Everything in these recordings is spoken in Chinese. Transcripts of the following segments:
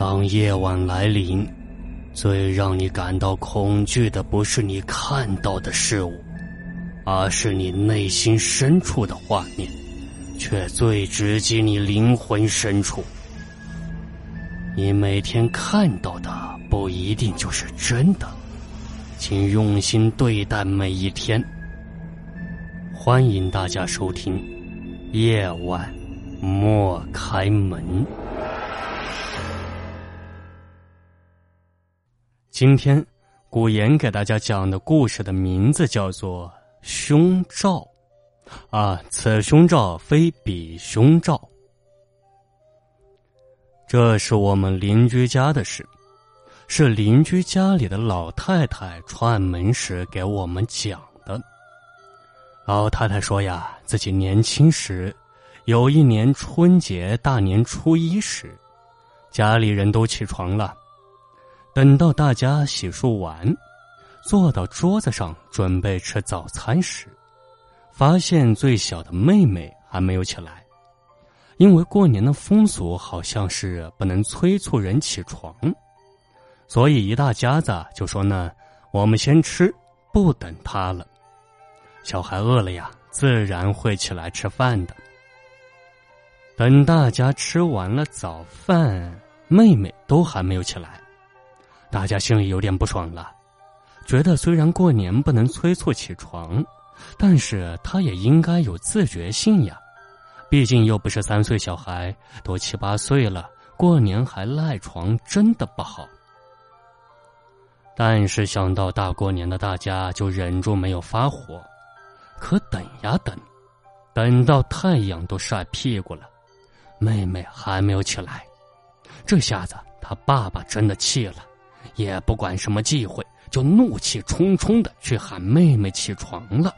当夜晚来临，最让你感到恐惧的不是你看到的事物，而是你内心深处的画面，却最直击你灵魂深处。你每天看到的不一定就是真的，请用心对待每一天。欢迎大家收听夜晚莫开门。今天古言给大家讲的故事的名字叫做凶兆此凶兆非彼凶兆。这是我们邻居家的事，是邻居家里的老太太串门时给我们讲的。老太太说呀，自己年轻时有一年春节大年初一时，家里人都起床了，等到大家洗漱完，坐到桌子上准备吃早餐时，发现最小的妹妹还没有起来。因为过年的风俗好像是不能催促人起床，所以一大家子就说呢，我们先吃，不等她了。小孩饿了呀，自然会起来吃饭的。等大家吃完了早饭，妹妹都还没有起来，大家心里有点不爽了，觉得虽然过年不能催促起床，但是她也应该有自觉性呀，毕竟又不是3岁小孩，都7、8岁了，过年还赖床真的不好。但是想到大过年的，大家就忍住没有发火。可等呀等，等到太阳都晒屁股了，妹妹还没有起来。这下子他爸爸真的气了，也不管什么忌讳，就怒气冲冲的去喊妹妹起床了。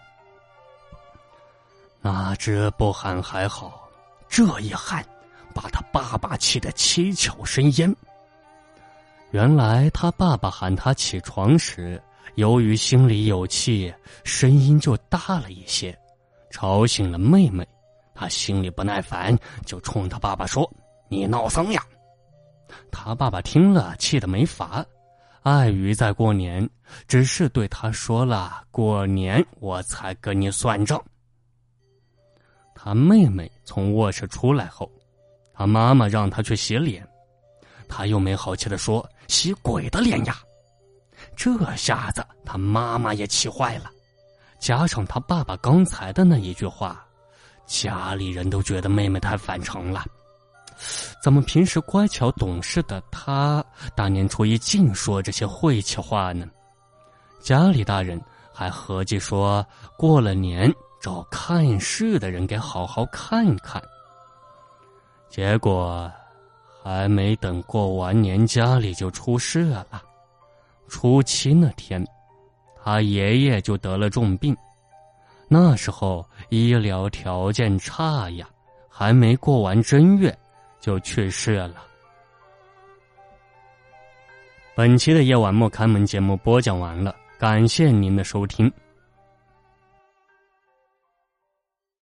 哪知不喊还好，这一喊把他爸爸气得七窍生烟。原来他爸爸喊他起床时，由于心里有气，声音就大了一些，吵醒了妹妹。他心里不耐烦，就冲他爸爸说，你闹丧呀。他爸爸听了气得没法，碍于在过年，只是对他说了，过年我才跟你算账。他妹妹从卧室出来后，他妈妈让他去洗脸，他又没好气地说，洗鬼的脸呀。这下子他妈妈也气坏了，加上他爸爸刚才的那一句话，家里人都觉得妹妹太反常了。怎么平时乖巧懂事的她，大年初一净说这些晦气话呢？家里大人还合计说，过了年找看事的人给好好看看。结果还没等过完年，家里就出事了。初7那天，他爷爷就得了重病，那时候医疗条件差呀，还没过完正月就去世了。本期的夜晚莫开门节目播讲完了，感谢您的收听。